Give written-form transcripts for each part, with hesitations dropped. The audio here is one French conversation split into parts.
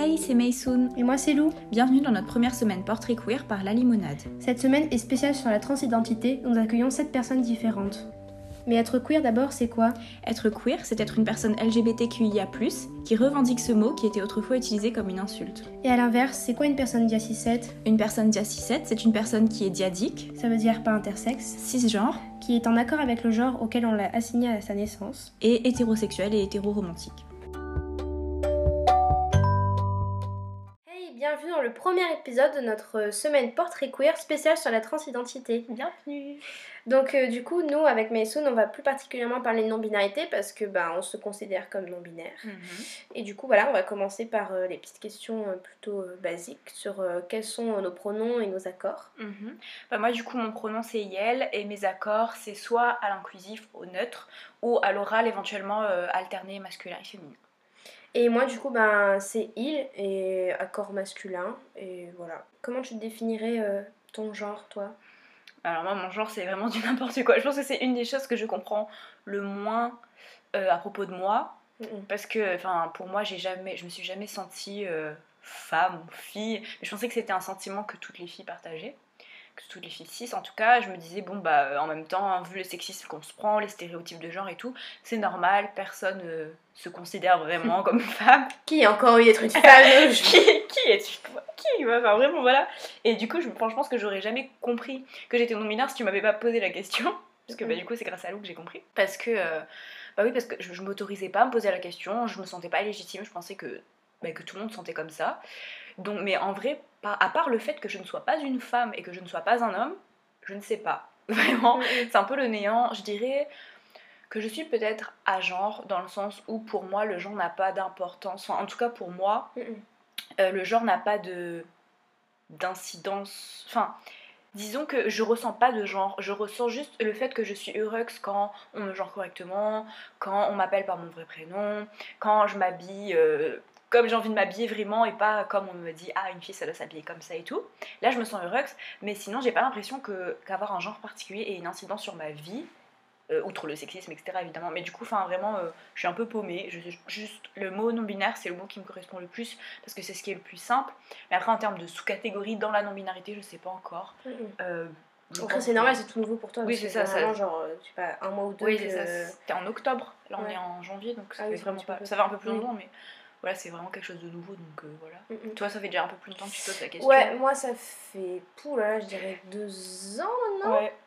Hey, c'est Maysoon. Et moi c'est Lou. Bienvenue dans notre première semaine portrait queer par La Limonade. Cette semaine est spéciale sur la transidentité, nous accueillons 7 personnes différentes. Mais être queer d'abord, c'est quoi ? Être queer, c'est être une personne LGBTQIA+, qui revendique ce mot qui était autrefois utilisé comme une insulte. Et à l'inverse, c'est quoi une personne dia cis-het ? Une personne dia cis-het, c'est une personne qui est diadique, Ça veut dire pas intersexe, cisgenre, qui est en accord avec le genre auquel on l'a assigné à sa naissance. et hétérosexuelle et hétéroromantique. Hey, bienvenue dans le premier épisode de notre semaine portrait queer spéciale sur la transidentité. Bienvenue. Donc du coup, nous avec Maysoon, on va plus particulièrement parler de non-binarité parce que on se considère comme non-binaire. Et du coup, voilà, on va commencer par les petites questions plutôt basiques sur quels sont nos pronoms et nos accords. Moi, du coup, mon pronom c'est Yel et mes accords c'est soit à l'inclusif, au neutre, ou à l'oral éventuellement alterné masculin et féminin. Et moi, du coup, c'est il et accord masculin. Et voilà. Comment tu définirais ton genre, toi ? Alors moi, mon genre, c'est vraiment du n'importe quoi. Je pense que c'est une des choses que je comprends le moins à propos de moi. Parce que, pour moi, je me suis jamais sentie femme ou fille. Mais je pensais que c'était un sentiment que toutes les filles partageaient. Que toutes les filles cis, en tout cas. Je me disais, en même temps, vu le sexisme qu'on se prend, les stéréotypes de genre et tout, c'est normal, personne se considère vraiment comme femme. Qui a encore envie d'être une femme ? Qui es-tu toi ? Qui ? Vraiment, voilà. Et du coup, je pense que j'aurais jamais compris que j'étais non-binaire si tu m'avais pas posé la question. Parce que du coup, c'est grâce à Lou que j'ai compris. Parce que, parce que je m'autorisais pas à me poser la question, je me sentais pas légitime, je pensais que tout le monde se sentait comme ça. Donc, mais en vrai, à part le fait que je ne sois pas une femme et que je ne sois pas un homme, je ne sais pas. Vraiment, c'est un peu le néant. Je dirais que je suis peut-être à genre, dans le sens où pour moi, le genre n'a pas d'importance. En tout cas, pour moi, le genre n'a pas d'incidence. Disons que je ressens pas de genre, je ressens juste le fait que je suis heureuse quand on me genre correctement, quand on m'appelle par mon vrai prénom, quand je m'habille comme j'ai envie de m'habiller vraiment et pas comme on me dit une fille ça doit s'habiller comme ça et tout. Là je me sens heureuse, mais sinon j'ai pas l'impression qu'avoir un genre particulier ait une incidence sur ma vie. Outre le sexisme, etc. évidemment, mais du coup, vraiment, je suis un peu paumée. Juste le mot non-binaire, c'est le mot qui me correspond le plus parce que c'est ce qui est le plus simple. Mais après, en termes de sous-catégorie dans la non-binarité, je sais pas encore. Après, c'est normal, c'est tout nouveau pour toi. Oui, c'est ça. Vraiment, genre, je sais pas, un mois ou deux. Oui, c'est ça. C'était en octobre. Là, on est en janvier, donc ça fait vraiment pas. Ça va un peu plus longtemps, mais voilà, c'est vraiment quelque chose de nouveau, donc voilà. Toi, ça fait déjà un peu plus longtemps que tu poses la question. Ouais, moi, ça fait, je dirais 2 ans maintenant. Ouais.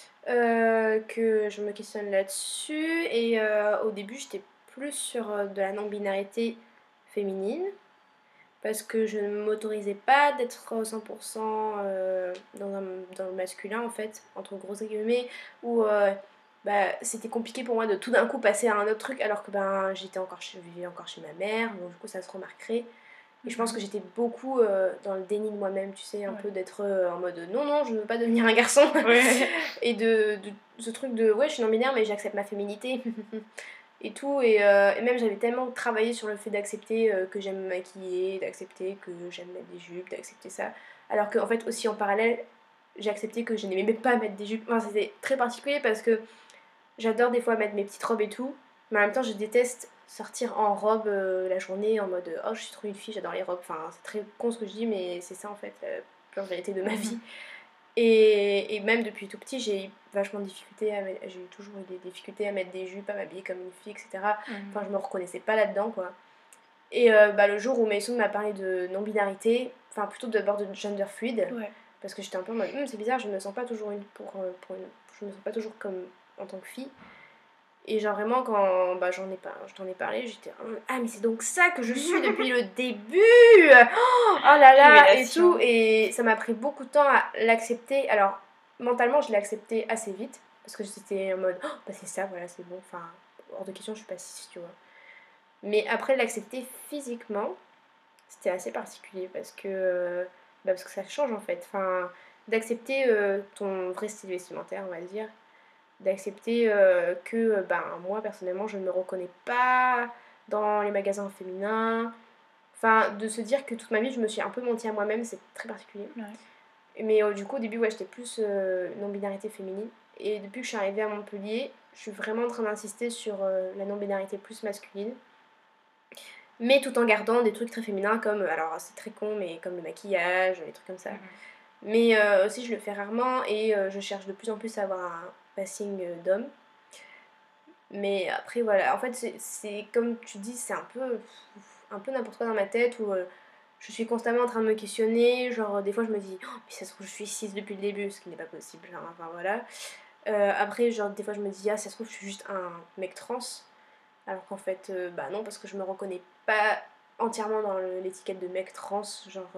Que je me questionne là-dessus et au début j'étais plus sur de la non-binarité féminine parce que je ne m'autorisais pas d'être 100% dans le masculin en fait, entre gros guillemets, où c'était compliqué pour moi de tout d'un coup passer à un autre truc alors que je vivais encore chez ma mère, donc du coup ça se remarquerait. Et je pense que j'étais beaucoup dans le déni de moi-même, tu sais, un peu d'être en mode non, je veux pas devenir un garçon. Et de ce truc de je suis non-binaire mais j'accepte ma féminité et tout. Et même j'avais tellement travaillé sur le fait d'accepter que j'aime me maquiller, d'accepter que j'aime mettre des jupes, d'accepter ça. Alors qu'en fait, aussi en parallèle, j'ai accepté que je n'aimais même pas mettre des jupes. C'était très particulier parce que j'adore des fois mettre mes petites robes et tout, mais en même temps, je déteste sortir en robe la journée en mode je suis trop une fille, j'adore les robes. C'est très con ce que je dis, mais c'est ça en fait la pure vérité de ma vie. Et même depuis tout petit, j'ai vachement de difficultés j'ai toujours eu des difficultés à mettre des jupes, à m'habiller comme une fille, etc. Je me reconnaissais pas là-dedans quoi. Et le jour où Maysoon m'a parlé de non-binarité, plutôt d'abord de gender fluide, parce que j'étais un peu en mode c'est bizarre, je me sens pas toujours je me sens pas toujours comme en tant que fille. Et genre vraiment quand je t'en ai parlé, j'étais mais c'est donc ça que je suis depuis le début. Oh là là et tout. Et ça m'a pris beaucoup de temps à l'accepter. Alors mentalement je l'ai accepté assez vite parce que j'étais en mode c'est ça, voilà, c'est bon, hors de question, je suis pas cis, tu vois. Mais après l'accepter physiquement, c'était assez particulier parce que ça change en fait. D'accepter ton vrai style vestimentaire, on va dire. D'accepter que moi personnellement je ne me reconnais pas dans les magasins féminins, de se dire que toute ma vie je me suis un peu menti à moi-même, c'est très particulier. Mais du coup au début j'étais plus non-binarité féminine, et depuis que je suis arrivée à Montpellier je suis vraiment en train d'insister sur la non-binarité plus masculine, mais tout en gardant des trucs très féminins comme, alors c'est très con, mais comme le maquillage, les trucs comme ça. Mais aussi je le fais rarement et je cherche de plus en plus à avoir un passing d'homme. Mais après voilà, en fait c'est comme tu dis, c'est un peu n'importe quoi dans ma tête où je suis constamment en train de me questionner, genre des fois je me dis oh, mais ça se trouve je suis cis depuis le début, ce qui n'est pas possible, hein, enfin voilà. Après genre des fois je me dis ah ça se trouve je suis juste un mec trans, alors qu'en fait bah non parce que je me reconnais pas entièrement dans l'étiquette de mec trans, genre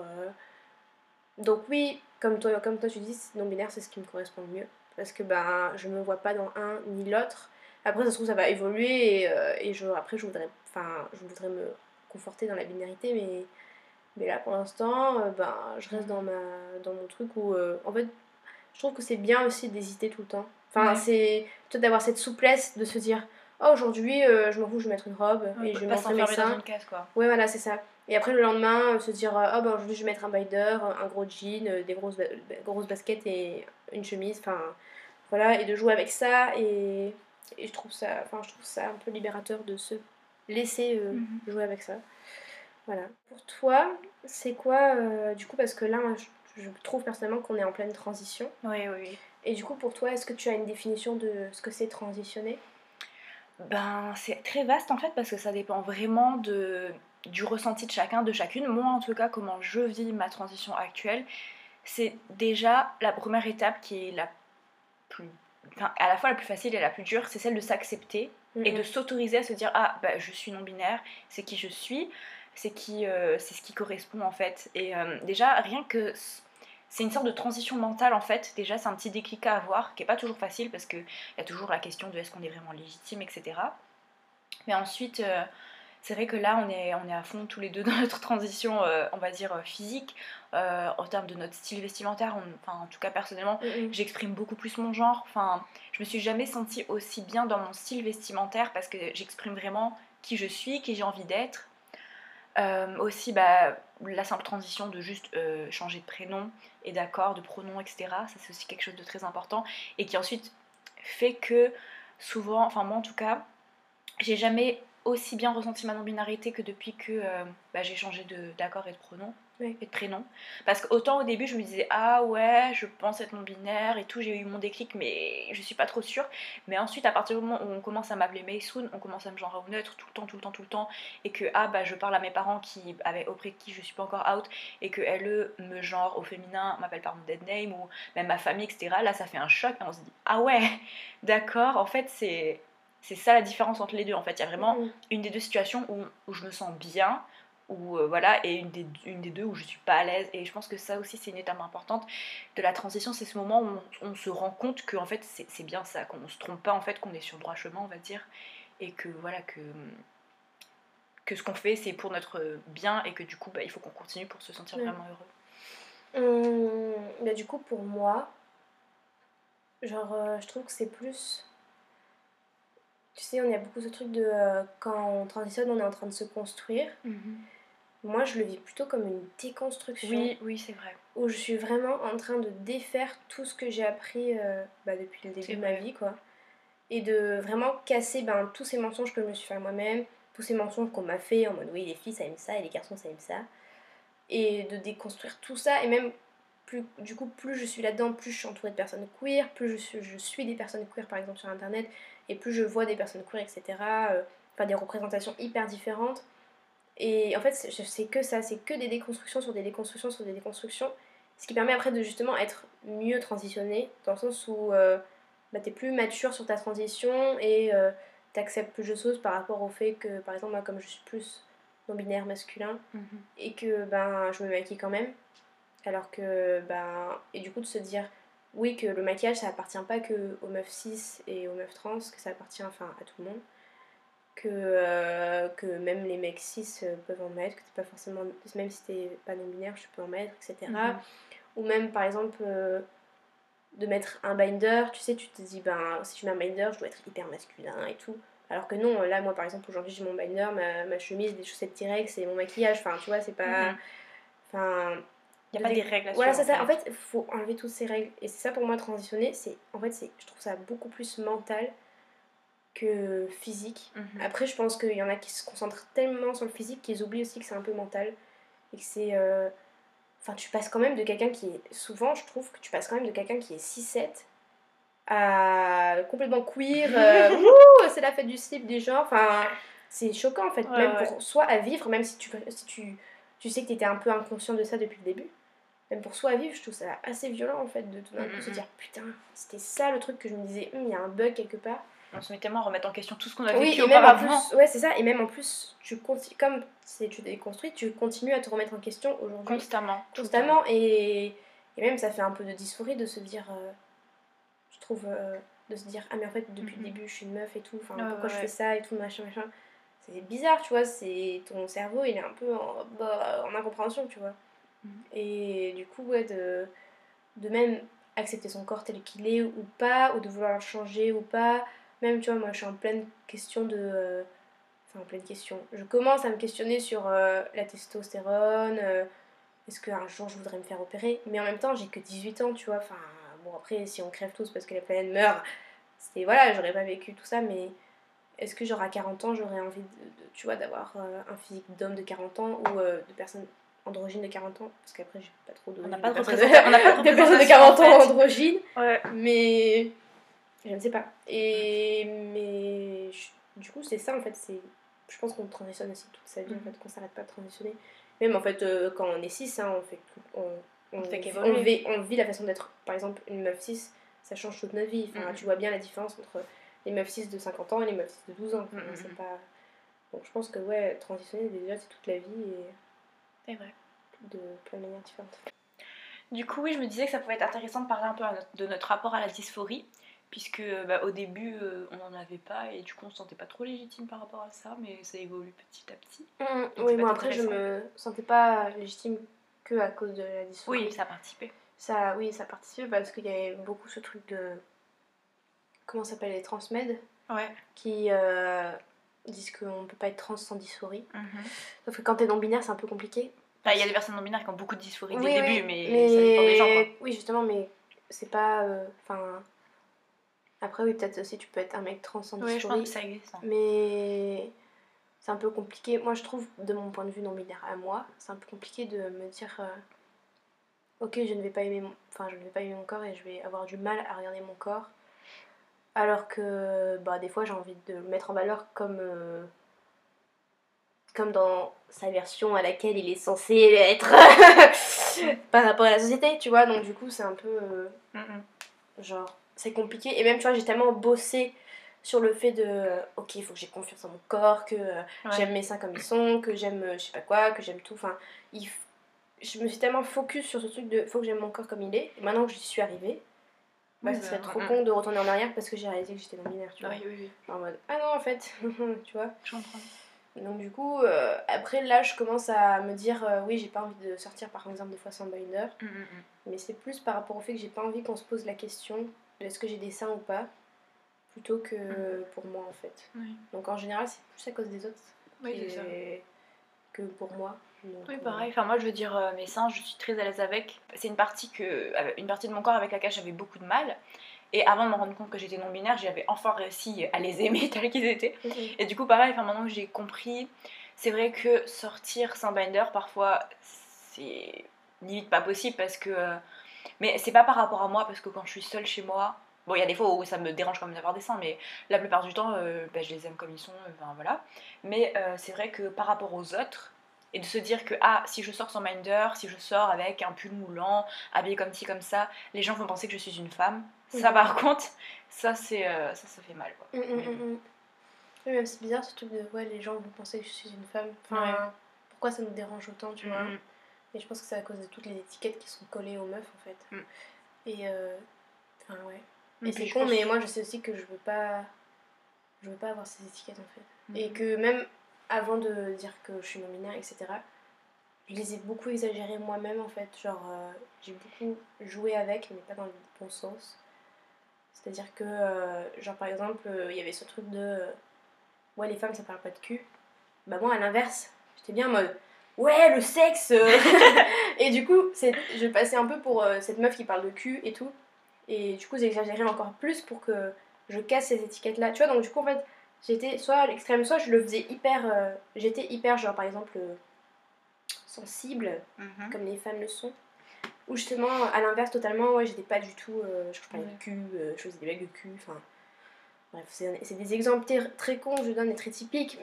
donc oui, comme toi tu dis, non-binaire c'est ce qui me correspond le mieux. Parce que ben, je me vois pas dans un ni l'autre. Après ça se trouve ça va évoluer et après je voudrais me conforter dans la binarité mais là pour l'instant ben, je reste dans mon truc où en fait je trouve que c'est bien aussi d'hésiter tout le temps. Enfin c'est peut-être d'avoir cette souplesse de se dire oh aujourd'hui je m'en fous je vais mettre une robe et je vais Pas montrer mes s'enfermer dans seins. une case, quoi. Ouais, voilà, c'est ça. Et après, le lendemain, se dire oh ben aujourd'hui, je vais mettre un binder, un gros jean, des grosses baskets et une chemise, enfin voilà, et de jouer avec ça. Et je trouve ça un peu libérateur de se laisser jouer avec ça. Voilà. Pour toi, c'est quoi, du coup, parce que là, moi, je trouve personnellement qu'on est en pleine transition. Oui, oui, oui. Et du coup, pour toi, est-ce que tu as une définition de ce que c'est transitionner? Ben, c'est très vaste en fait parce que ça dépend vraiment du ressenti de chacun, de chacune. Moi en tout cas, comment je vis ma transition actuelle, c'est déjà la première étape qui est la plus, enfin, à la fois la plus facile et la plus dure, c'est celle de s'accepter et de s'autoriser à se dire ah bah je suis non binaire, c'est qui je suis, c'est ce qui correspond en fait. Et déjà rien que c'est une sorte de transition mentale en fait. Déjà c'est un petit déclic à avoir qui est pas toujours facile parce que il y a toujours la question de est-ce qu'on est vraiment légitime, etc. Mais ensuite c'est vrai que là, on est à fond tous les deux dans notre transition, on va dire, physique. En termes de notre style vestimentaire, enfin, en tout cas personnellement, j'exprime beaucoup plus mon genre. Enfin, je me suis jamais sentie aussi bien dans mon style vestimentaire parce que j'exprime vraiment qui je suis, qui j'ai envie d'être. Aussi, bah, la simple transition de juste changer de prénom et d'accord, de pronom, etc. Ça, c'est aussi quelque chose de très important et qui ensuite fait que souvent, enfin moi en tout cas, j'ai jamais aussi bien ressenti ma non-binarité que depuis que bah, j'ai changé d'accord et de pronom. Oui. Et de prénom. Parce qu'autant au début je me disais ah ouais je pense être non-binaire et tout, j'ai eu mon déclic mais je suis pas trop sûre. Mais ensuite à partir du moment où on commence à m'appeler Maysoon, on commence à me genrer au neutre tout le temps, tout le temps, tout le temps, et que ah bah je parle à mes parents auprès de qui je suis pas encore out, et que elles me genrent au féminin, m'appellent par mon dead name, ou même ma famille, etc. Là ça fait un choc et on se dit ah ouais d'accord, en fait c'est ça la différence entre les deux. En fait, il y a vraiment une des deux situations où je me sens bien, voilà, et une des deux où je suis pas à l'aise. Et je pense que ça aussi, c'est une étape importante de la transition. C'est ce moment où on se rend compte que en fait, c'est bien ça, qu'on se trompe pas, en fait, qu'on est sur le droit chemin, on va dire, et que voilà, que ce qu'on fait, c'est pour notre bien, et que du coup, bah, il faut qu'on continue pour se sentir vraiment heureux. Bah, du coup, pour moi, genre, je trouve que c'est plus. Tu sais, on y a beaucoup ce truc de quand on transitionne, on est en train de se construire. Moi, je le vis plutôt comme une déconstruction. Oui, oui, c'est vrai. Où je suis vraiment en train de défaire tout ce que j'ai appris bah, depuis le début de ma vie, quoi. Et de vraiment casser tous ces mensonges que je me suis fait à moi-même, tous ces mensonges qu'on m'a fait en mode oui, les filles ça aime ça et les garçons ça aime ça. Et de déconstruire tout ça, et même du coup, plus je suis là-dedans, plus je suis entourée de personnes queer, plus je suis des personnes queer par exemple sur internet, et plus je vois des personnes queer, etc. Enfin, des représentations hyper différentes. Et en fait, c'est que ça, c'est que des déconstructions sur des déconstructions sur des déconstructions. Ce qui permet après de justement être mieux transitionné, dans le sens où t'es plus mature sur ta transition et t'acceptes plus de choses par rapport au fait que, par exemple, moi, comme je suis plus non-binaire masculin, et que je me maquille quand même, alors que, et du coup de se dire, oui, que le maquillage ça appartient pas que aux meufs cis et aux meufs trans, que ça appartient enfin à tout le monde, que même les mecs cis peuvent en mettre, que t'es pas forcément, même si t'es pas non-binaire, tu peux en mettre, etc. Ou même par exemple de mettre un binder, tu sais, tu te dis, si je mets un binder, je dois être hyper masculin et tout. Alors que non, là, moi par exemple, aujourd'hui j'ai mon binder, ma chemise, des chaussettes T-Rex et mon maquillage, enfin, tu vois, c'est pas. Enfin. Il n'y a pas des règles à Voilà, suivre. c'est ça. En fait, il faut enlever toutes ces règles. Et c'est ça pour moi, transitionner, je trouve ça beaucoup plus mental que physique. Après, je pense qu'il y en a qui se concentrent tellement sur le physique qu'ils oublient aussi que c'est un peu mental. Et que c'est... Enfin, tu passes quand même de quelqu'un qui est... Souvent, je trouve que tu passes quand même de quelqu'un qui est 6-7 à complètement queer. Wouh, c'est la fête du slip des genres. Enfin, c'est choquant en fait. Même pour soi à vivre, même si tu sais que tu étais un peu inconscient de ça depuis le début. Même pour soi à vivre, je trouve ça assez violent en fait de tout d'un coup se dire putain, c'était ça le truc que je me disais, il y a un bug quelque part. On se met tellement à remettre en question tout ce qu'on a Oui, vécu et même en auparavant. plus, ouais, c'est ça, et même en plus, comme tu déconstruis, tu continues à te remettre en question aujourd'hui. Constamment, et même ça fait un peu de dysphorie de se dire, je trouve, de se dire, ah mais en fait, depuis le début, je suis une meuf et tout, enfin, pourquoi je fais ça et tout, machin. C'est bizarre, tu vois, c'est ton cerveau, il est un peu en incompréhension, tu vois. Et du coup, ouais, de même accepter son corps tel qu'il est ou pas, ou de vouloir le changer ou pas. Même, tu vois, moi je suis en pleine question de. Enfin, en pleine question. Je commence à me questionner sur la testostérone. Est-ce qu'un jour je voudrais me faire opérer? Mais en même temps, j'ai que 18 ans, tu vois. Enfin, bon, après, si on crève tous parce que la planète meurt, c'était. Voilà, j'aurais pas vécu tout ça, mais est-ce que genre à 40 ans, j'aurais envie tu vois, d'avoir un physique d'homme de 40 ans ou de personne androgyne de 40 ans? Parce qu'après, j'ai pas trop de. On n'a pas de représentation. De personnes de 40 ans en fait. androgynes. Ouais. Mais. Je ne sais pas. Mais. Du coup, c'est ça en fait. Je pense qu'on transitionne aussi toute sa vie en fait, qu'on s'arrête pas de transitionner. Même en fait, quand on est 6, hein, on fait tout. On vit la façon d'être. Par exemple, une meuf 6, ça change toute notre vie. Enfin, tu vois bien la différence entre les meufs 6 de 50 ans et les meufs 6 de 12 ans. Enfin, c'est pas... Donc je pense que ouais, transitionner déjà c'est toute la vie et c'est vrai. De plein de manières différentes. Du coup oui, je me disais que ça pouvait être intéressant de parler un peu de notre rapport à la dysphorie, puisque au début on n'en avait pas et du coup on se sentait pas trop légitime par rapport à ça, mais ça évolue petit à petit. Oui, moi après je me sentais pas légitime que à cause de la dysphorie. Oui, ça a participé. Oui, ça a participé parce qu'il y avait beaucoup ce truc de... Comment ça s'appelle, les transmèdes, qui disent qu'on peut pas être trans sans dysphorie. Sauf que quand t'es non-binaire, c'est un peu compliqué. Il y a des personnes non-binaires qui ont beaucoup de dysphorie dès le début, mais ça dépend des gens, quoi. Oui, justement, mais c'est pas... Après, oui, peut-être aussi tu peux être un mec trans sans dysphorie. Oui, je pense que ça existe. Mais c'est un peu compliqué. Moi, je trouve, de mon point de vue non-binaire à moi, c'est un peu compliqué de me dire... ok, je ne vais pas aimer mon corps et je vais avoir du mal à regarder mon corps. Alors que des fois j'ai envie de le mettre en valeur comme dans sa version à laquelle il est censé être par rapport à la société, tu vois. Donc du coup c'est un peu genre c'est compliqué. Et même tu vois j'ai tellement bossé sur le fait de ok, il faut que j'ai confiance en mon corps, que j'aime mes seins comme ils sont, que j'aime je sais pas quoi, que j'aime tout. Enfin, je me suis tellement focus sur ce truc de faut que j'aime mon corps comme il est. Et maintenant que j'y suis arrivée, ça serait trop con de retourner en arrière parce que j'ai réalisé que j'étais non-binaire, tu vois. Oui. Genre en mode, ah non, en fait, tu vois. Je comprends. Donc du coup, après là, je commence à me dire, oui, j'ai pas envie de sortir par exemple des fois sans binder. Mais c'est plus par rapport au fait que j'ai pas envie qu'on se pose la question de est-ce que j'ai des seins ou pas, plutôt que pour moi en fait. Donc en général, c'est plus à cause des autres que pour moi. Donc, oui, pareil. Enfin, moi, je veux dire, mes seins, je suis très à l'aise avec. C'est une partie de mon corps avec laquelle j'avais beaucoup de mal. Et avant de me rendre compte que j'étais non-binaire, j'avais enfin réussi à les aimer tels qu'ils étaient. Et du coup, pareil, maintenant que j'ai compris, c'est vrai que sortir sans binder, parfois, c'est limite pas possible parce que... Mais c'est pas par rapport à moi, parce que quand je suis seule chez moi... Bon, il y a des fois où ça me dérange quand même d'avoir des seins, mais la plupart du temps, je les aime comme ils sont, voilà. Mais c'est vrai que par rapport aux autres, et de se dire que si je sors sans binder, si je sors avec un pull moulant, habillée comme ci comme ça, les gens vont penser que je suis une femme. Ça par contre, ça fait mal, quoi. Oui, même c'est bizarre ce truc de les gens vont penser que je suis une femme. Enfin, pourquoi ça nous dérange autant, tu vois. Et je pense que c'est à cause de toutes les étiquettes qui sont collées aux meufs en fait. Et et c'est con, mais moi je sais aussi que je veux pas avoir ces étiquettes en fait. Et que même avant de dire que je suis non-binaire, etc., je les ai beaucoup exagérées moi-même en fait. Genre, j'ai beaucoup joué avec, mais pas dans le bon sens. C'est-à-dire que, genre par exemple, il y avait ce truc de les femmes ça parle pas de cul. Bah, moi à l'inverse, j'étais bien en mode ouais, le sexe Et du coup, je passais un peu pour cette meuf qui parle de cul et tout. Et du coup, j'exagérais encore plus pour que je casse ces étiquettes-là. Tu vois, donc du coup, en fait, j'étais soit à l'extrême, soit je le faisais hyper. J'étais hyper, genre par exemple, sensible, comme les femmes le sont. Ou justement, à l'inverse, totalement, ouais, j'étais pas du tout. Je parlais de cul, je faisais des blagues de cul, enfin. Bref, c'est des exemples très cons, je donne, et très typiques,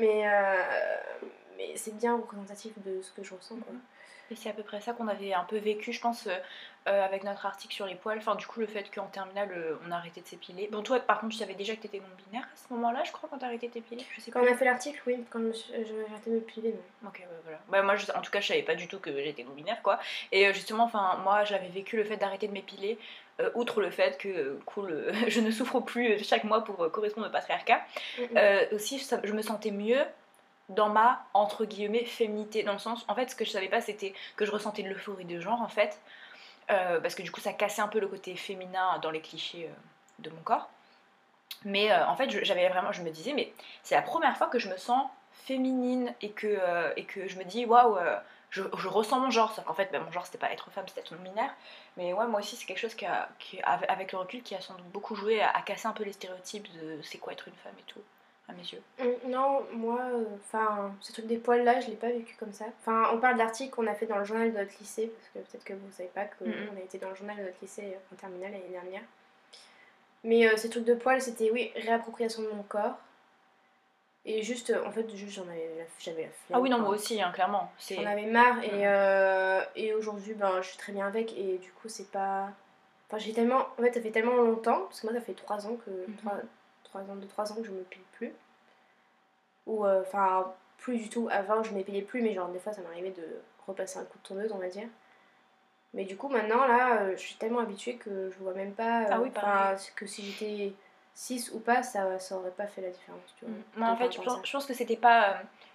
mais c'est bien représentatif de ce que je ressens, quoi. Et c'est à peu près ça qu'on avait un peu vécu, je pense, avec notre article sur les poils. Enfin, du coup, le fait qu'en terminale, on a arrêté de s'épiler. Bon, toi, par contre, tu savais déjà que t'étais non-binaire à ce moment-là, je crois, quand t'as arrêté de t'épiler. Je sais Quand pas. on a fait l'article, oui, quand j'avais arrêté de me piler, non. Ok, ouais, voilà. Bah, moi, en tout cas, je savais pas du tout que j'étais non-binaire, quoi. Et justement, enfin, moi, j'avais vécu le fait d'arrêter de m'épiler, outre le fait que, cool, je ne souffre plus chaque mois pour correspondre au patriarcat. Aussi, je me sentais mieux dans ma, entre guillemets, féminité, dans le sens, en fait, ce que je savais pas, c'était que je ressentais de l'euphorie de genre, en fait, parce que du coup, ça cassait un peu le côté féminin dans les clichés de mon corps. Mais en fait, j'avais vraiment, je me disais, mais c'est la première fois que je me sens féminine et que je me dis, waouh, je ressens mon genre. Sauf qu'en fait, bah, mon genre, c'était pas être femme, c'était être non-binaire. Mais ouais, moi aussi, c'est quelque chose avec le recul, qui a sans doute beaucoup joué à casser un peu les stéréotypes de c'est quoi être une femme et tout, à mes yeux. Non, moi, enfin, ce truc des poils là, je l'ai pas vécu comme ça. Enfin, on parle de l'article qu'on a fait dans le journal de notre lycée, parce que peut-être que vous savez pas qu'on a été dans le journal de notre lycée en terminale l'année dernière. Mais ces trucs de poils, c'était, oui, réappropriation de mon corps. Et juste, en fait, juste j'avais la flemme. Ah oui, non, moi aussi, hein, clairement. J'en avais marre et aujourd'hui, ben, je suis très bien avec et du coup, c'est pas. Enfin, j'ai tellement. En fait, ça fait tellement longtemps, parce que moi, ça fait 3 ans que. 2-3 ans que je me pile plus. Ou, enfin, plus du tout. Avant, je m'épilais plus, mais genre, des fois, ça m'arrivait de repasser un coup de tondeuse, on va dire. Mais du coup, maintenant, là, je suis tellement habituée que je vois même pas. Ah oui, pareil. Que si j'étais 6 ou pas, ça aurait pas fait la différence, tu vois. Moi, en fait, je pense que c'était pas.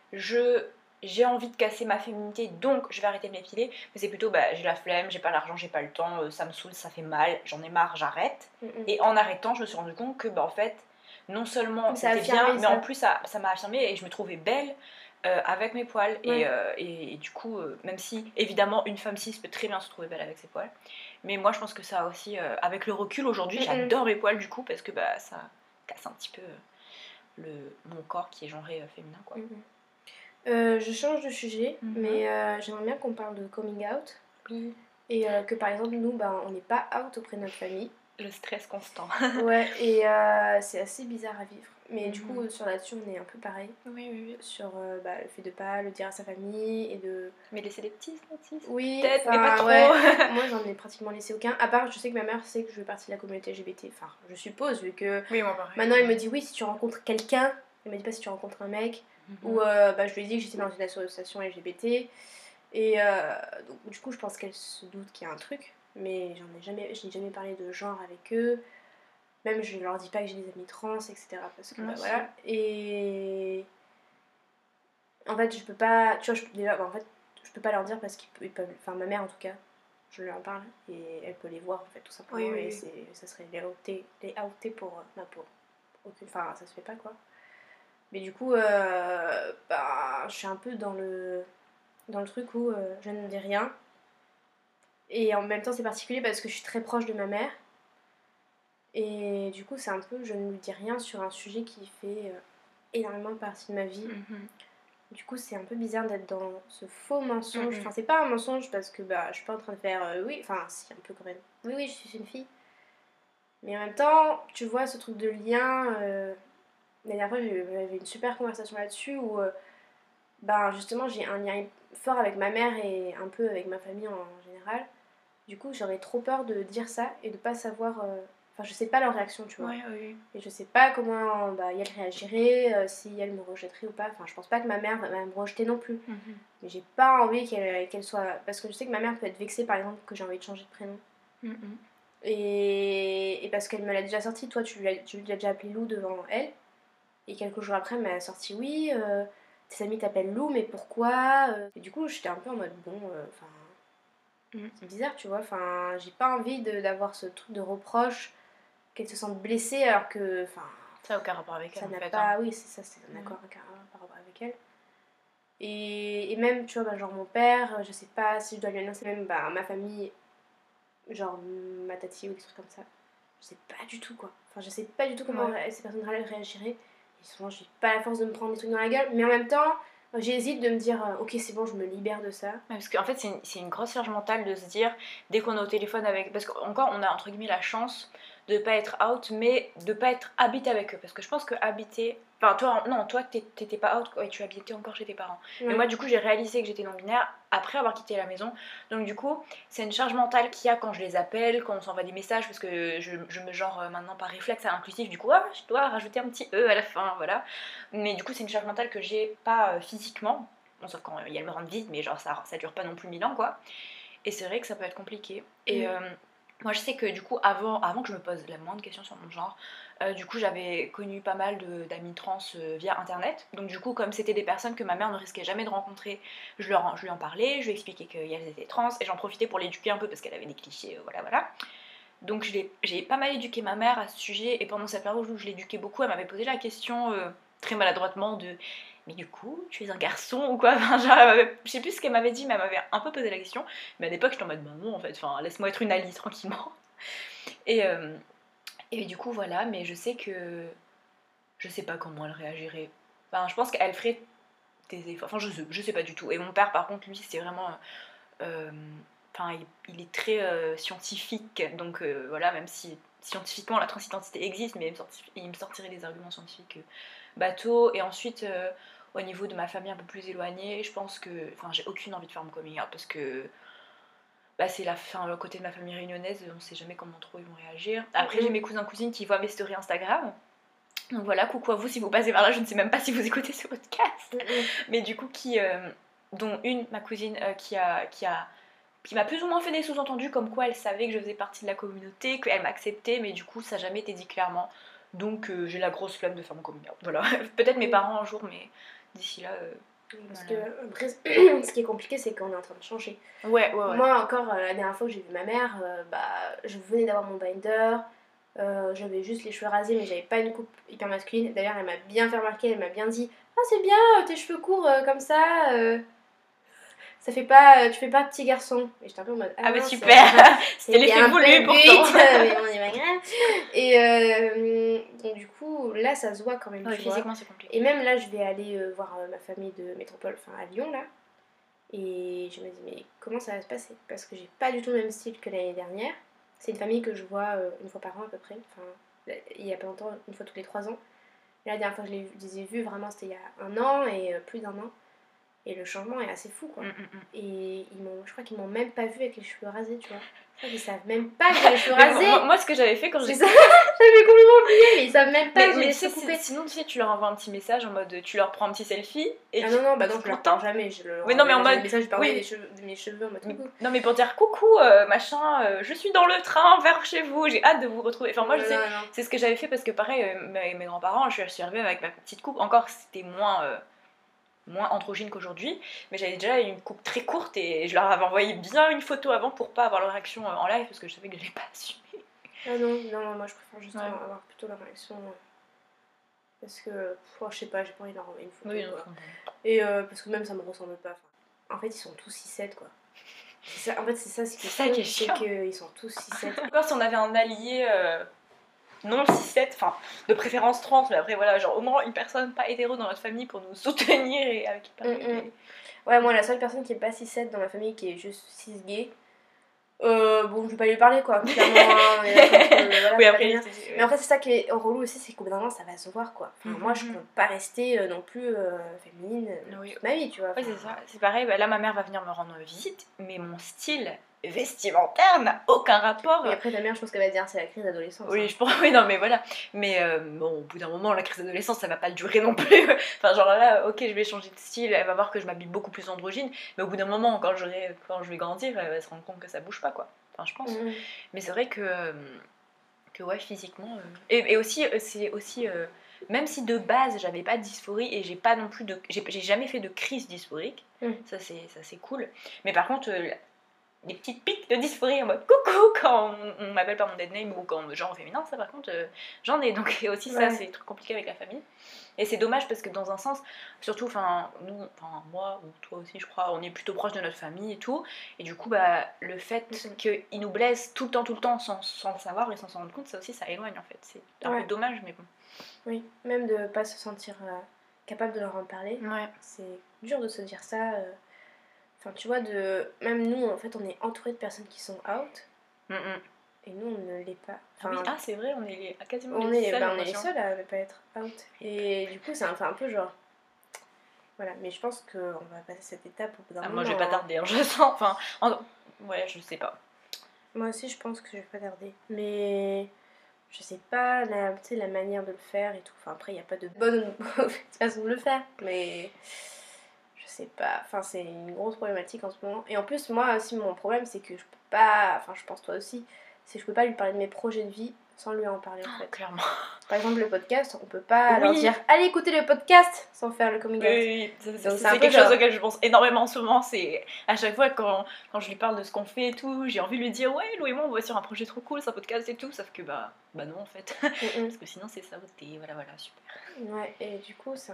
J'ai envie de casser ma féminité, donc je vais arrêter de m'épiler. Mais c'est plutôt, bah, j'ai la flemme, j'ai pas l'argent, j'ai pas le temps, ça me saoule, ça fait mal, j'en ai marre, j'arrête. Et en arrêtant, je me suis rendu compte que, bah, en fait, non seulement c'était bien, mais en plus, ça m'a affirmée et je me trouvais belle. Avec mes poils et du coup même si évidemment une femme cis peut très bien se trouver belle avec ses poils, mais moi je pense que ça aussi avec le recul aujourd'hui j'adore mes poils du coup parce que bah ça casse un petit peu mon corps qui est genré féminin quoi. Je change de sujet, mais j'aimerais bien qu'on parle de coming out. Oui. Et que par exemple, nous, bah, on n'est pas out auprès de notre famille. Le stress constant. Ouais, et c'est assez bizarre à vivre. Mais du coup, sur là-dessus, on est un peu pareil. Oui. Sur bah, le fait de pas le dire à sa famille et de. Mais laisser des petits notices. Oui, peut-être, mais pas trop. Ouais. Moi, j'en ai pratiquement laissé aucun. À part, je sais que ma mère sait que je fais partie de la communauté LGBT. Enfin, je suppose, vu que. Oui, moi pareil. Maintenant, elle me dit oui, si tu rencontres quelqu'un. Elle me dit pas si tu rencontres un mec. Ou bah, je lui ai dit que j'étais dans une association LGBT. Et donc, du coup, je pense qu'elle se doute qu'il y a un truc. Mais je n'ai jamais parlé de genre avec eux. Même je leur dis pas que j'ai des amis trans, etc. Parce que bah, voilà. Et en fait, je peux pas. Tu vois, en fait, je peux pas leur dire parce qu'ils peuvent. Enfin, ma mère en tout cas, je lui en parle et elle peut les voir en fait, tout simplement. Et ça serait les outer pour ma peau. Enfin, ça se fait pas quoi. Mais du coup, bah, je suis un peu dans le truc où je ne dis rien. Et en même temps, c'est particulier parce que je suis très proche de ma mère. Et du coup, c'est un peu, je ne lui dis rien sur un sujet qui fait énormément partie de ma vie. Du coup, c'est un peu bizarre d'être dans ce faux mensonge. Enfin, c'est pas un mensonge parce que bah, je suis pas en train de faire oui, enfin, si, un peu quand même. Oui, je suis une fille. Mais en même temps, tu vois, ce truc de lien. La dernière fois, j'avais une super conversation là-dessus où, ben, justement, j'ai un lien fort avec ma mère et un peu avec ma famille en général. Du coup, j'aurais trop peur de dire ça et de pas savoir. Enfin, je sais pas leur réaction, tu vois. Et je sais pas comment bah, elle réagirait, si elle me rejetterait ou pas. Enfin, je pense pas que ma mère va me rejeter non plus. Mais j'ai pas envie qu'elle soit. Parce que je sais que ma mère peut être vexée, par exemple, que j'ai envie de changer de prénom. Et parce qu'elle me l'a déjà sorti. Toi, tu l'as déjà appelé Lou devant elle. Et quelques jours après, elle m'a sorti oui, tes amis t'appellent Lou, mais pourquoi Et du coup, j'étais un peu en mode bon, enfin. C'est bizarre, tu vois. Enfin, j'ai pas envie d'avoir ce truc de reproche, qu'elle se sente blessée alors que. Enfin, ça n'a aucun rapport avec elle. Ça n'a en fait, pas. Oui, c'est ça, c'est d'accord, aucun rapport avec elle. Et même, tu vois, bah, genre mon père, je sais pas si je dois lui annoncer, même bah, ma famille, genre ma tati ou des trucs comme ça. je sais pas du tout quoi. Enfin, je sais pas du tout comment ces personnes réagiraient. Et souvent, j'ai pas la force de me prendre des trucs dans la gueule, mais en même temps, j'hésite de me dire, ok, c'est bon, je me libère de ça. Parce qu'en fait, c'est une grosse charge mentale de se dire, dès qu'on est au téléphone avec. Parce qu'encore, on a entre guillemets la chance de pas être out, mais de pas être habité avec eux. Parce que je pense que habiter. Enfin, toi, non, toi, t'étais pas out, ouais, tu habitais encore chez tes parents. Ouais. Mais moi, du coup, j'ai réalisé que j'étais non-binaire après avoir quitté la maison. Donc, du coup, c'est une charge mentale qu'il y a quand je les appelle, quand on s'envoie des messages, parce que je me genre maintenant par réflexe à inclusif, du coup, je dois rajouter un petit E à la fin, voilà. Mais du coup, c'est une charge mentale que j'ai pas physiquement. Bon, sauf quand il y a le rendre visite, mais genre ça dure pas non plus 1000 ans quoi. Et c'est vrai que ça peut être compliqué. Et moi je sais que du coup, avant que je me pose la moindre question sur mon genre, du coup j'avais connu pas mal d'amis trans via internet. Donc du coup, comme c'était des personnes que ma mère ne risquait jamais de rencontrer, je lui en parlais, je lui expliquais qu'elles étaient trans et j'en profitais pour l'éduquer un peu parce qu'elle avait des clichés, voilà. Donc j'ai pas mal éduqué ma mère à ce sujet et pendant cette période où je l'éduquais beaucoup, elle m'avait posé la question très maladroitement de mais du coup, tu es un garçon ou quoi? Enfin, genre, je sais plus ce qu'elle m'avait dit, mais elle m'avait un peu posé la question. Mais à l'époque, j'étais en mode bah non, en fait, enfin, laisse-moi être une Ali tranquillement. Et du coup, voilà, mais je sais que je sais pas comment elle réagirait. Enfin, je pense qu'elle ferait des efforts. Enfin, je sais pas du tout. Et mon père, par contre, lui, c'est vraiment. Enfin, il est très scientifique, donc voilà, même si scientifiquement la transidentité existe, mais il me sortirait des arguments scientifiques bateaux. Et ensuite, au niveau de ma famille un peu plus éloignée, je pense que. Enfin, j'ai aucune envie de faire mon coming out parce que. Bah, c'est le côté de ma famille réunionnaise, on sait jamais comment trop ils vont réagir. Après, j'ai mes cousins-cousines qui voient mes stories Instagram. Donc voilà, coucou à vous si vous passez par là, je ne sais même pas si vous écoutez ce podcast. Mais du coup, dont ma cousine, qui m'a plus ou moins fait des sous-entendus comme quoi elle savait que je faisais partie de la communauté, qu'elle m'acceptait, mais du coup ça n'a jamais été dit clairement. Donc j'ai la grosse flemme de faire mon coming out. Voilà. Peut-être mes parents un jour, mais d'ici là. Parce que après, ce qui est compliqué, c'est qu'on est en train de changer. Ouais. Moi, encore, la dernière fois que j'ai vu ma mère, je venais d'avoir mon binder, j'avais juste les cheveux rasés, mais j'avais pas une coupe hyper masculine. D'ailleurs, elle m'a bien fait remarquer, elle m'a bien dit: ah, c'est bien, tes cheveux courts comme ça. Ça fait pas, tu fais pas petit garçon. Et j'étais un peu en mode bah super. C'était l'effet voulu pourtant. Mais on est pas grave. Et donc du coup là ça se voit quand même. Ouais, physiquement c'est compliqué. Et même là je vais aller voir ma famille de métropole, enfin à Lyon là. Et je me dis mais comment ça va se passer? Parce que j'ai pas du tout le même style que l'année dernière. C'est une famille que je vois une fois par an à peu près. Enfin il y a pas longtemps, une fois tous les 3 ans. Et la dernière fois que je les ai vus vraiment c'était il y a 1 an et plus d'1 an. Et le changement est assez fou quoi. Et je crois qu'ils m'ont même pas vu avec les cheveux rasés, tu vois. Je crois qu'ils savent même pas que j'ai les cheveux rasés. Moi ce que j'avais fait quand j'ai. J'avais complètement oublié, mais ils savent même pas que j'ai les cheveux coupés. Sinon tu sais, tu leur envoies un petit message en mode tu leur prends un petit selfie. Et non, bah non, je leur parle jamais. Oui, non, mais en mode. Message, je parle de mes cheveux en mode coucou. Non, mais pour dire coucou, machin, je suis dans le train vers chez vous, j'ai hâte de vous retrouver. Enfin, moi je sais, c'est ce que j'avais fait parce que pareil, mes grands-parents, je suis arrivée avec ma petite coupe. Encore, c'était moins androgyne qu'aujourd'hui, mais j'avais déjà une coupe très courte et je leur avais envoyé bien une photo avant pour pas avoir leur réaction en live parce que je savais que je n'allais pas assumer. Ah non, moi je préfère juste avoir plutôt leur réaction parce que je sais pas, j'ai pas envie de leur envoyer une photo. Oui, quoi. Et parce que même ça me ressemble pas. En fait, ils sont tous 6-7 quoi. En fait, c'est ça ce qui est chiant, c'est qu'ils sont tous 6-7. Encore si on avait un allié non 6-7, enfin de préférence trans, mais après voilà, genre au moins une personne pas hétéro dans notre famille pour nous soutenir et avec qui parler. Ouais, moi la seule personne qui est pas 6-7 dans ma famille qui est juste 6 gay. Bon, je vais pas lui parler quoi, clairement. Voilà, oui, après, mais après, c'est ça qui est relou aussi, c'est qu'au bout d'un moment ça va se voir quoi. Enfin, moi je compte pas rester non plus féminine toute ma vie, tu vois. Oui, c'est ça. C'est pareil, là ma mère va venir me rendre visite, mais mon style vestimentaire n'a aucun rapport. Et après ta mère, je pense qu'elle va dire c'est la crise d'adolescence. Oui, je pense, oui, non, mais voilà. Mais bon, au bout d'un moment, la crise d'adolescence, ça va pas durer non plus. Enfin, genre là, ok, je vais changer de style, elle va voir que je m'habille beaucoup plus androgyne, mais au bout d'un moment, quand je vais grandir, elle va se rendre compte que ça bouge pas, quoi. Enfin, je pense. Mais c'est vrai que ouais, physiquement. Et aussi, c'est aussi. Même si de base j'avais pas de dysphorie et j'ai pas non plus j'ai jamais fait de crise dysphorique, ça c'est cool. Mais par contre, des petites pics de dysphorie en mode coucou quand on m'appelle par mon dead name ou quand genre au féminin, ça par contre j'en ai, donc aussi ça c'est des trucs compliqués avec la famille. Et c'est dommage parce que dans un sens, surtout nous, moi ou toi aussi je crois, on est plutôt proche de notre famille et tout, et du coup le fait qu'ils nous blessent tout le temps sans le savoir et sans s'en rendre compte, ça aussi ça éloigne en fait, c'est un peu dommage mais bon. Oui, même de pas se sentir capable de leur en parler, c'est dur de se dire ça. Enfin, tu vois, même nous, en fait, on est entouré de personnes qui sont out. Et nous, on ne l'est pas. Enfin, oui, c'est vrai, on est quasiment on les est, seuls. on est les seuls à ne pas être out. Et du coup, c'est un peu genre... Voilà, mais je pense qu'on va passer cette étape au bout d'un moment. Moi, je vais pas tarder, hein, je sens. Enfin, ouais, je sais pas. Moi aussi, je pense que je vais pas tarder. Mais... Je sais pas la manière de le faire et tout. Enfin, après, il n'y a pas de bonne ou mauvaise façon de le faire. Mais... Je sais pas, enfin c'est une grosse problématique en ce moment. Et en plus, moi aussi, mon problème, c'est que je peux pas, enfin je pense toi aussi, c'est que je peux pas lui parler de mes projets de vie sans lui en parler en fait. Clairement. Par exemple, le podcast, on peut pas leur dire allez écouter le podcast sans faire le coming out. Oui, c'est quelque chose auquel je pense énormément en ce moment. C'est à chaque fois quand je lui parle de ce qu'on fait et tout, j'ai envie de lui dire ouais, Lou et moi on va sur un projet trop cool, c'est un podcast et tout, sauf que bah non en fait. Parce que sinon c'est saboté, voilà, super. Ouais, et du coup, c'est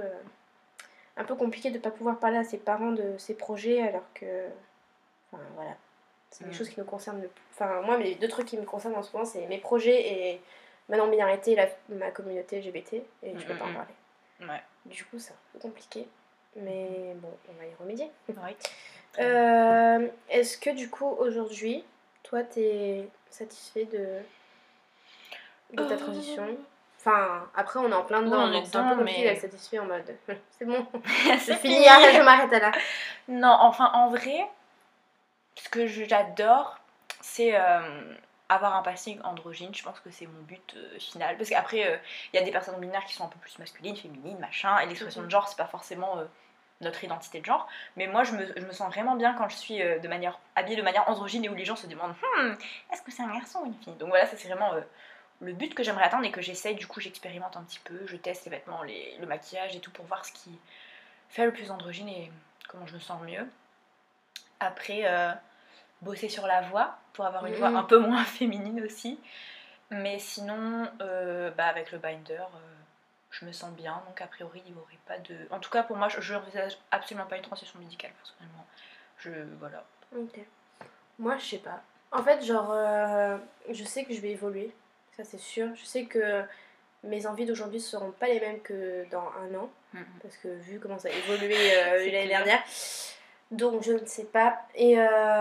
un peu compliqué de ne pas pouvoir parler à ses parents de ses projets alors que... Enfin, voilà. C'est des choses qui nous concernent le plus... Enfin, moi, les deux trucs qui me concernent en ce moment, c'est mes projets et ma non-binarité et ma communauté LGBT. Et je peux pas en parler. Ouais. Du coup, c'est un peu compliqué. Mais bon, on va y remédier. Ouais. Est-ce que du coup, aujourd'hui, toi, t'es satisfait de ta transition ? Enfin, après, on est en plein dedans, donc c'est un peu compliqué d'être satisfait en mode c'est bon, c'est fini, je m'arrête là. Non, enfin, en vrai, ce que j'adore, c'est avoir un passing androgyne. Je pense que c'est mon but final. Parce qu'après, il y a des personnes binaires qui sont un peu plus masculines, féminines, machin, et l'expression de genre, c'est pas forcément notre identité de genre. Mais moi, je me sens vraiment bien quand je suis habillée de manière androgyne et où les gens se demandent est-ce que c'est un garçon ou une fille ? Donc voilà, ça c'est vraiment le but que j'aimerais atteindre et que j'essaye, du coup j'expérimente un petit peu, je teste les vêtements, le maquillage et tout pour voir ce qui fait le plus androgyne et comment je me sens mieux. Après, bosser sur la voix pour avoir une voix un peu moins féminine aussi. Mais sinon, avec le binder, je me sens bien, donc a priori il n'y aurait pas de... En tout cas pour moi, je n'envisage absolument pas une transition médicale personnellement. Voilà. Ok. Moi je sais pas. En fait genre, je sais que je vais évoluer. Ça c'est sûr. Je sais que mes envies d'aujourd'hui ne seront pas les mêmes que dans un an. Parce que vu comment ça a évolué l'année dernière. Donc je ne sais pas. Et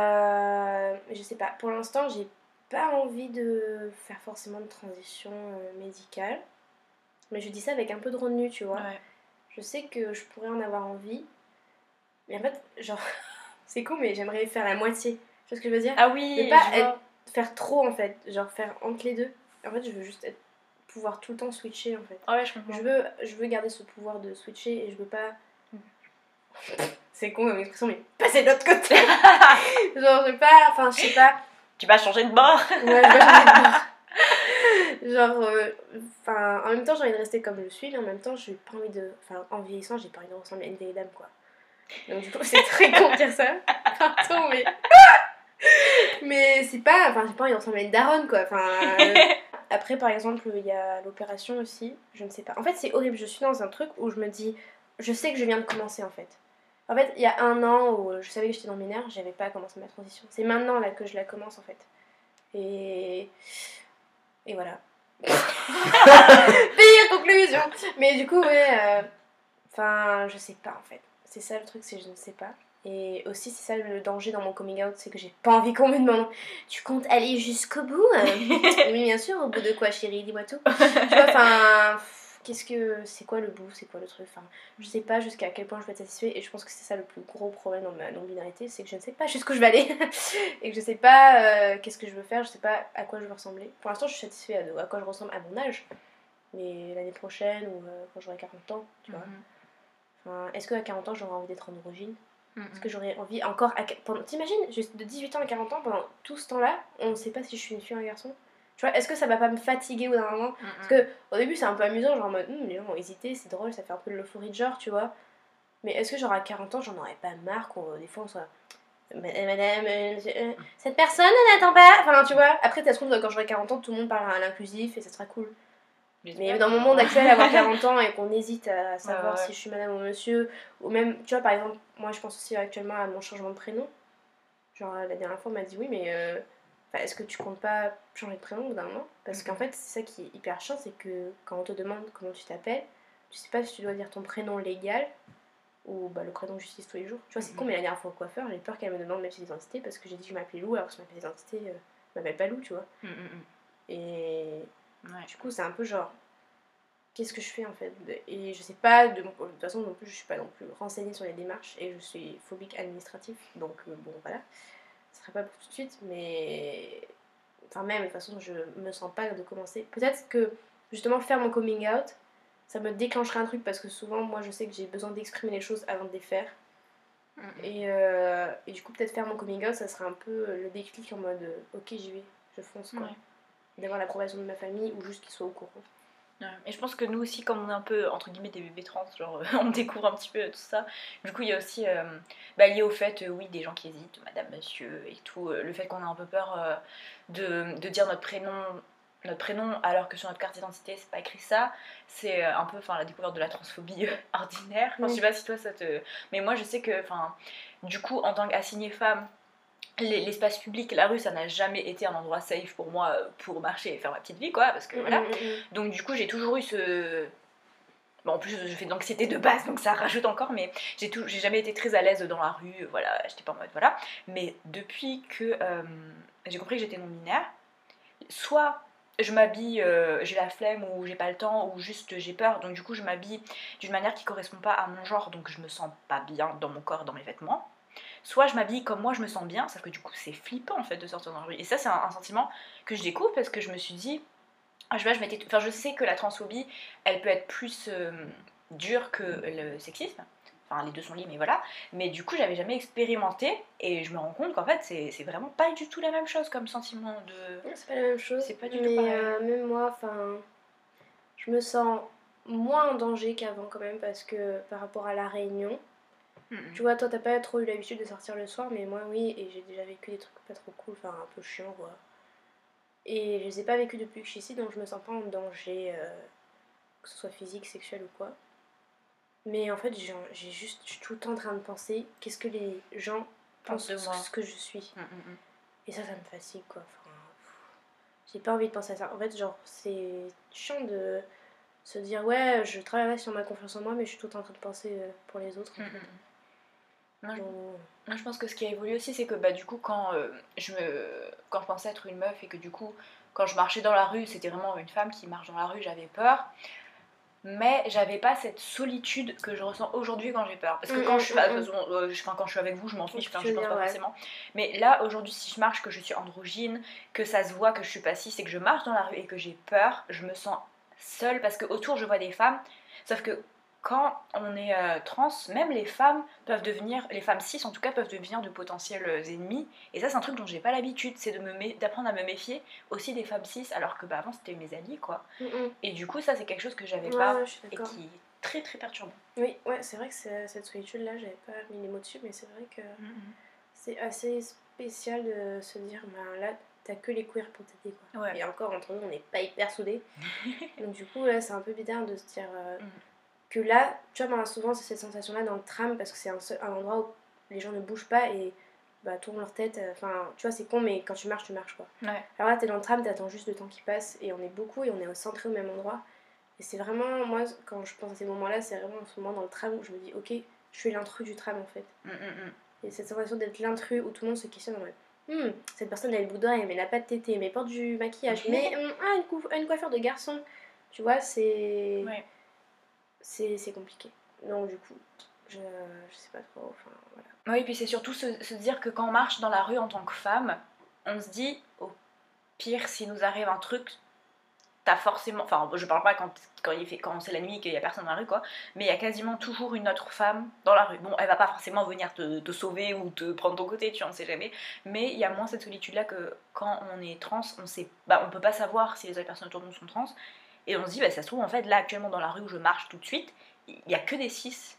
je sais pas. Pour l'instant, j'ai pas envie de faire forcément de transition médicale. Mais je dis ça avec un peu de retenue, tu vois. Ouais. Je sais que je pourrais en avoir envie. Mais en fait, genre, c'est cool, mais j'aimerais faire la moitié. Tu vois ce que je veux dire ? Ah oui, ne pas faire trop en fait. Genre faire entre les deux. En fait, je veux juste pouvoir tout le temps switcher en fait. Ah ouais, je comprends. Je veux garder ce pouvoir de switcher et je veux pas... C'est con comme expression, mais passer de l'autre côté. Genre, je veux pas... Enfin, je sais pas... Tu vas changer de bord. Ouais, je vais changer de bord. Genre, en même temps, j'ai envie de rester comme je suis, mais en même temps, j'ai pas envie de... Enfin, en vieillissant, j'ai pas envie de ressembler à une vieille dame, quoi. Donc, du coup, c'est très con de dire ça. Pardon, mais... mais c'est pas... Enfin, j'ai pas envie de ressembler à une daronne, quoi. Enfin... Après, par exemple, il y a l'opération aussi. Je ne sais pas. En fait, c'est horrible. Je suis dans un truc où je me dis... Je sais que je viens de commencer, en fait. En fait, il y a un an où je savais que j'étais non-binaire, j'avais pas commencé ma transition. C'est maintenant, là, que je la commence, en fait. Et voilà. Pire conclusion. Mais du coup, ouais... Enfin, je sais pas, en fait. C'est ça, le truc, c'est que je ne sais pas. Et aussi, c'est ça le danger dans mon coming out, c'est que j'ai pas envie qu'on me demande tu comptes aller jusqu'au bout Oui, bien sûr, au bout de quoi, chérie, dis-moi tout. Tu vois, enfin, c'est quoi le bout, c'est quoi le truc, enfin, je sais pas jusqu'à quel point je vais être satisfaite, et je pense que c'est ça le plus gros problème dans ma non-binarité, c'est que je ne sais pas jusqu'où je vais aller, et que je sais pas qu'est-ce que je veux faire, je sais pas à quoi je veux ressembler. Pour l'instant, je suis satisfaite à quoi je ressemble à mon âge, mais l'année prochaine, ou quand j'aurai 40 ans, tu vois. Enfin, est-ce qu'à 40 ans, j'aurai envie d'être androgyne ? Est-ce que j'aurais envie encore t'imagines, de 18 ans à 40 ans, pendant tout ce temps-là, on ne sait pas si je suis une fille ou un garçon. Tu vois, est-ce que ça va pas me fatiguer au bout d'un moment ? Parce que au début c'est un peu amusant, genre en mode les gens vont hésiter, c'est drôle, ça fait un peu de l'euphorie de genre, tu vois. Mais est-ce que genre à 40 ans j'en aurais pas marre qu'on des fois on soit Madame, cette personne elle n'attend pas. Enfin, tu vois, après, ça se trouve, quand j'aurai 40 ans, tout le monde parlera à l'inclusif et ça sera cool. Mais dans mon monde actuel, avoir 40 ans et qu'on hésite à savoir si je suis madame ou monsieur, ou même, tu vois, par exemple, moi je pense aussi actuellement à mon changement de prénom. Genre, la dernière fois, on m'a dit oui, mais est-ce que tu comptes pas changer de prénom au bout d'un moment? Parce qu'en fait, c'est ça qui est hyper chiant, c'est que quand on te demande comment tu t'appelles, tu sais pas si tu dois dire ton prénom légal ou bah, le prénom que j'utilise tous les jours. Tu vois, c'est con, mais la dernière fois au coiffeur, j'ai peur qu'elle me demande ma pièce d'identité parce que j'ai dit que je m'appelais Lou alors que sur ma pièce d'identité, je m'appelle pas Lou, tu vois. Et du coup, c'est un peu genre, qu'est-ce que je fais en fait? Et je sais pas, de toute façon non plus, je suis pas non plus renseignée sur les démarches et je suis phobique administratif, donc bon voilà, ce sera pas pour tout de suite, mais enfin même de toute façon je me sens pas de commencer. Peut-être que justement faire mon coming out, ça me déclencherait un truc parce que souvent moi je sais que j'ai besoin d'exprimer les choses avant de les faire. Et du coup peut-être faire mon coming out, ça serait un peu le déclic en mode ok j'y vais, je fonce quoi. D'avoir l'approbation de ma famille ou juste qu'ils soient au courant. Ouais. Et je pense que nous aussi, comme on est un peu entre guillemets des bébés trans, genre on découvre un petit peu tout ça. Du coup, il y a aussi lié au fait, oui, des gens qui hésitent, madame, monsieur et tout, le fait qu'on a un peu peur de dire notre prénom alors que sur notre carte d'identité c'est pas écrit ça. C'est un peu la découverte de la transphobie ordinaire. Enfin, je sais pas si toi ça te. Mais moi je sais que, du coup, en tant qu'assignée femme, l'espace public, la rue, ça n'a jamais été un endroit safe pour moi pour marcher et faire ma petite vie, quoi, parce que voilà. Donc du coup, j'ai toujours eu ce... Bon, en plus, je fais de l'anxiété de base, donc ça rajoute encore, mais j'ai jamais été très à l'aise dans la rue, voilà, j'étais pas en mode, voilà. Mais depuis que j'ai compris que j'étais non-binaire, soit je m'habille, j'ai la flemme ou j'ai pas le temps ou juste j'ai peur, donc du coup je m'habille d'une manière qui correspond pas à mon genre, donc je me sens pas bien dans mon corps, dans mes vêtements. Soit je m'habille comme moi je me sens bien, sauf que du coup c'est flippant en fait de sortir dans la rue. Et ça c'est un sentiment que je découvre parce que je me suis dit, je sais que la transphobie elle peut être plus dure que le sexisme. Enfin les deux sont liés mais voilà. Mais du coup j'avais jamais expérimenté et je me rends compte qu'en fait c'est vraiment pas du tout la même chose comme sentiment de... Non, c'est pas la même chose. C'est pas du tout pareil. Même moi, je me sens moins en danger qu'avant quand même parce que par rapport à la Réunion, tu vois, toi t'as pas trop eu l'habitude de sortir le soir, mais moi oui, et j'ai déjà vécu des trucs pas trop cool, un peu chiants quoi. Et je les ai pas vécu depuis que je suis ici, donc je me sens pas en danger, que ce soit physique, sexuel ou quoi. Mais en fait, je suis tout le temps en train de penser qu'est-ce que les gens pensent de ce que je suis. Et ça me fatigue quoi. J'ai pas envie de penser à ça. En fait, genre, c'est chiant de se dire ouais, je travaillerai sur ma confiance en moi, mais je suis tout le temps en train de penser pour les autres. Moi, je pense que ce qui a évolué aussi, c'est que du coup, quand je pensais être une meuf et que du coup, quand je marchais dans la rue, c'était vraiment une femme qui marche dans la rue, j'avais peur. Mais j'avais pas cette solitude que je ressens aujourd'hui quand j'ai peur. Parce que quand je suis quand je suis avec vous, je m'en fiche, je pense pas forcément. Mais là, aujourd'hui, si je marche, que je suis androgyne, que ça se voit que je suis pas cis, et que je marche dans la rue et que j'ai peur, je me sens seule parce que autour je vois des femmes. Sauf que quand on est trans, même les femmes peuvent devenir, les femmes cis en tout cas, peuvent devenir de potentiels ennemis. Et ça, c'est un truc dont j'ai pas l'habitude, c'est d'apprendre à me méfier aussi des femmes cis, alors que avant c'était mes alliés, quoi. Et du coup, ça, c'est quelque chose que j'avais pas et qui est très très perturbant. Oui, ouais, c'est vrai que cette solitude-là, j'avais pas mis les mots dessus, mais c'est vrai que c'est assez spécial de se dire, là, t'as que les queers pour t'aider, quoi. Ouais. Et encore, entre nous, on n'est pas hyper soudés. Donc du coup, là, c'est un peu bizarre de se dire que là, tu vois, souvent, c'est cette sensation-là dans le tram, parce que c'est un endroit où les gens ne bougent pas et tournent leur tête. Tu vois, c'est con, mais quand tu marches, quoi. Ouais. Alors là, t'es dans le tram, t'attends juste le temps qui passe, et on est beaucoup, et on est centré au même endroit. Et c'est vraiment, moi, quand je pense à ces moments-là, c'est vraiment ce moment dans le tram où je me dis, ok, je suis l'intrus du tram, en fait. Et cette sensation d'être l'intrus où tout le monde se questionne en mode, cette personne a une boudoir, mais elle n'a pas de tété, mais porte du maquillage, mais une coiffure de garçon. Tu vois, c'est... Ouais. C'est compliqué. Donc du coup, je sais pas trop, voilà. Oui, puis c'est surtout se dire que quand on marche dans la rue en tant que femme, on se dit, au pire, s'il nous arrive un truc, t'as forcément... Enfin, je parle pas quand c'est la nuit et qu'il y a personne dans la rue, quoi, mais il y a quasiment toujours une autre femme dans la rue. Bon, elle va pas forcément venir te sauver ou te prendre ton côté, tu vois, on sait jamais, mais il y a moins cette solitude-là que quand on est trans, on peut pas savoir si les autres personnes autour de nous sont trans, et on se dit, ça se trouve, en fait, là, actuellement, dans la rue où je marche tout de suite, il y a que des cis,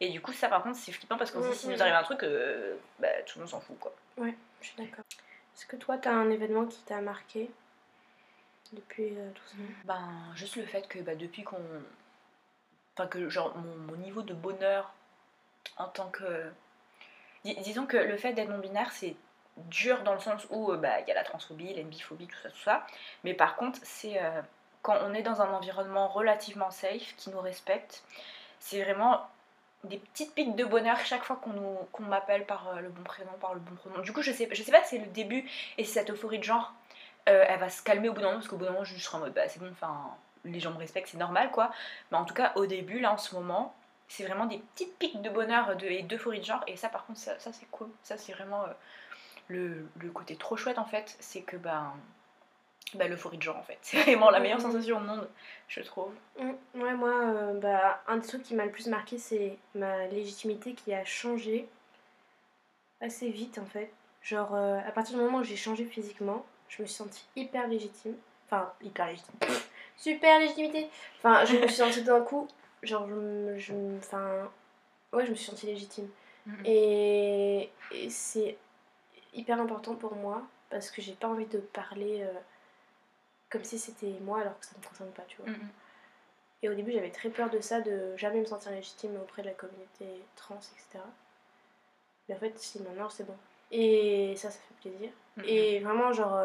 Et du coup, ça par contre, c'est flippant parce qu'on se dit, s'il nous arrive un truc, bah, tout le monde s'en fout, quoi. Ouais, je suis d'accord. Est-ce que toi, t'as un événement qui t'a marqué depuis tout ça? Ben, juste le fait que depuis qu'on... Enfin, que genre, mon niveau de bonheur en tant que... Disons que le fait d'être non-binaire, c'est dur dans le sens où il y a la transphobie, la biphobie, tout ça. Mais par contre, c'est quand on est dans un environnement relativement safe, qui nous respecte, c'est vraiment des petites piques de bonheur chaque fois qu'on m'appelle par le bon prénom, par le bon pronom. Du coup, je sais pas si c'est le début et si cette euphorie de genre, elle va se calmer au bout d'un moment, parce qu'au bout d'un moment, je serai en mode, c'est bon, enfin, les gens me respectent, c'est normal, quoi. Mais en tout cas, au début, là, en ce moment, c'est vraiment des petites piques de bonheur et d'euphorie de genre, et ça, par contre, ça c'est cool. Ça, c'est vraiment le côté trop chouette, en fait, c'est que, l'euphorie de genre, en fait. C'est vraiment la meilleure sensation au monde, je trouve. Ouais, moi, un des trucs qui m'a le plus marqué, c'est ma légitimité qui a changé assez vite, en fait. Genre, à partir du moment où j'ai changé physiquement, je me suis sentie hyper légitime. Enfin, hyper légitime. Super légitimité. Enfin, je me suis sentie d'un coup, genre, ouais, je me suis sentie légitime. Et c'est hyper important pour moi, parce que j'ai pas envie de parler comme si c'était moi, alors que ça me concerne pas, tu vois. Et au début, j'avais très peur de ça, de jamais me sentir légitime auprès de la communauté trans, etc. Mais en fait, si maintenant, c'est bon. Et ça fait plaisir. Et vraiment, genre,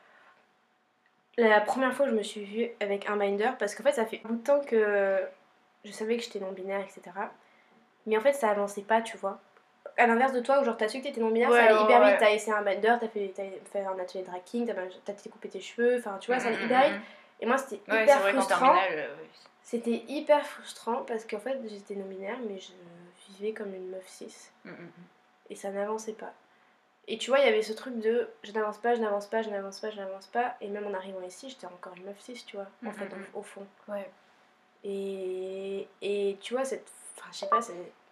la première fois que je me suis vue avec un binder, parce qu'en fait, ça fait un bout de temps que je savais que j'étais non-binaire, etc. Mais en fait, ça avançait pas, tu vois. À l'inverse de toi, où genre t'as su que t'étais non-binaire, ça allait hyper vite. T'as essayé un binder, t'as fait un atelier de tracking, t'as coupé tes cheveux, enfin, tu vois, ça allait hyper vite. Et moi, c'était hyper frustrant. C'était hyper frustrant parce qu'en fait, j'étais non-binaire, mais je vivais comme une meuf cis. Et ça n'avançait pas. Et tu vois, il y avait ce truc de je n'avance pas, je n'avance pas, je n'avance pas, je n'avance pas. Et même en arrivant ici, j'étais encore une meuf cis, tu vois, en fait, au fond. Ouais. Et tu vois, enfin, je sais pas,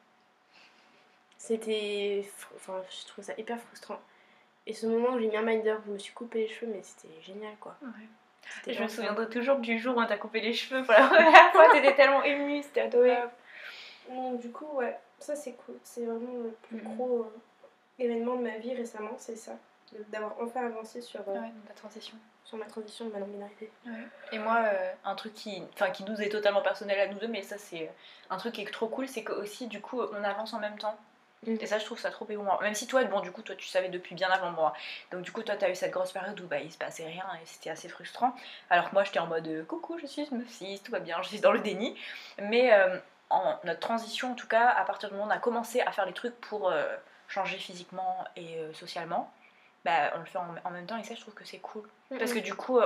c'était. Enfin, je trouve ça hyper frustrant. Et ce moment où j'ai mis un binder, où je me suis coupé les cheveux, mais c'était génial, quoi. Ouais. Je me souviendrai toujours du jour où t'as coupé les cheveux pour la première fois, t'étais tellement émue, c'était adorable. Donc, du coup, ouais, ça c'est cool. C'est vraiment le plus gros événement de ma vie récemment, c'est ça. D'avoir enfin avancé sur ta transition. Sur ma transition de ma non-binarité. Ouais. Et moi, un truc qui nous est totalement personnel à nous deux, mais ça c'est un truc qui est trop cool, c'est que aussi du coup on avance en même temps. Et ça je trouve ça trop émouvant. Même si toi, du coup toi tu savais depuis bien avant moi. Donc du coup toi t'as eu cette grosse période où il se passait rien et c'était assez frustrant. Alors que moi j'étais en mode coucou, je suis une meuf cis, tout va bien, je suis dans le déni. Mais en notre transition en tout cas, à partir du moment où on a commencé à faire les trucs pour changer physiquement et socialement, on le fait en même temps et ça je trouve que c'est cool. Parce que du coup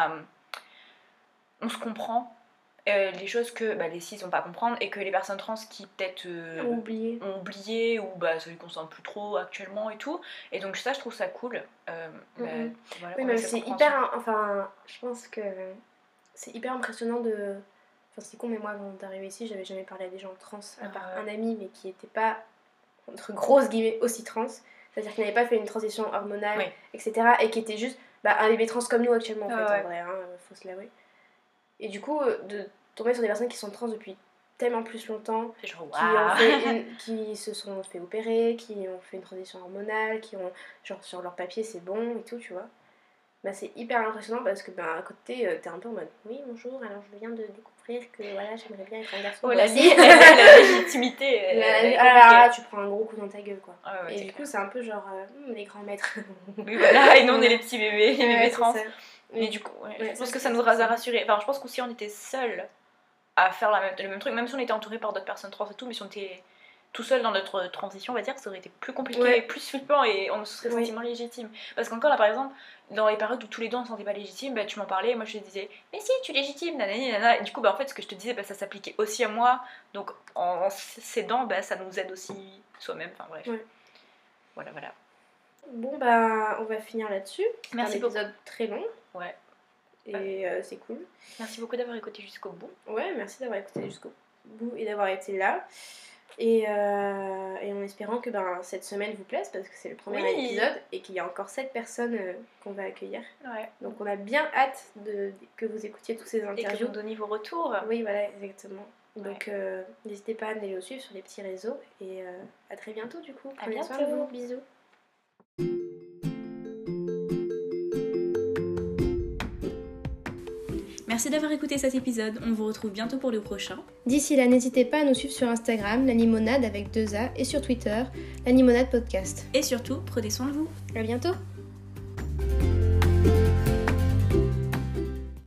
on se comprend les choses que les cis vont pas comprendre et que les personnes trans qui peut-être ont oublié ou ça les concerne plus trop actuellement et tout. Et donc ça je trouve ça cool. Voilà, oui, mais c'est hyper... Enfin, je pense que c'est hyper impressionnant de... Enfin, c'est con, mais moi avant d'arriver ici, j'avais jamais parlé à des gens trans, à part un ami, mais qui était pas, entre grosses guillemets, aussi trans. C'est-à-dire qu'il n'avait pas fait une transition hormonale, etc. Et qui était juste un bébé trans comme nous actuellement, en fait, en vrai, faut se l'avouer. Et du coup, de tomber sur des personnes qui sont trans depuis tellement plus longtemps, qui se sont fait opérer, qui ont fait une transition hormonale, qui ont, genre sur leur papier c'est bon et tout, tu vois. C'est hyper impressionnant parce que à côté, t'es un peu en mode oui, bonjour, alors je viens de découvrir que voilà, j'aimerais bien être un garçon. La légitimité. Alors tu prends un gros coup dans ta gueule, quoi. Et du coup, c'est un peu genre les grands maîtres. Oui, voilà, et nous on est les petits bébés, les bébés trans. Mais du coup, je pense que ça nous a rassurés. Enfin, je pense qu'aussi on était seuls à faire le même truc, même si on était entourés par d'autres personnes trans et tout, mais si on était tout seul dans notre transition, on va dire, ça aurait été plus compliqué, plus flippant et on se serait senti moins légitime. Parce qu'encore là, par exemple, dans les périodes où tous les deux on se sentait pas légitime, tu m'en parlais et moi je te disais, mais si, tu es légitime, nanani, nanana. Et du coup, en fait, ce que je te disais, ça s'appliquait aussi à moi, donc en s'aidant, ça nous aide aussi soi-même, enfin bref. Voilà. Bon, on va finir là-dessus. Merci beaucoup. C'est un épisode très long. Ouais. Et c'est cool. Merci beaucoup d'avoir écouté jusqu'au bout. Ouais, merci d'avoir écouté jusqu'au bout et d'avoir été là. Et en espérant que cette semaine vous plaise, parce que c'est le premier épisode et qu'il y a encore 7 personnes qu'on va accueillir. Ouais. Donc on a bien hâte que vous écoutiez tous ces interviews. Et que vous donniez vos retours. Oui, voilà, exactement. Donc n'hésitez pas à aller le suivre sur les petits réseaux et à très bientôt du coup. À Prenez soin bientôt. de vous, bisous. Merci d'avoir écouté cet épisode, on vous retrouve bientôt pour le prochain. D'ici là, n'hésitez pas à nous suivre sur Instagram, la limonade avec 2 A, et sur Twitter, la limonade podcast. Et surtout, prenez soin de vous. À bientôt.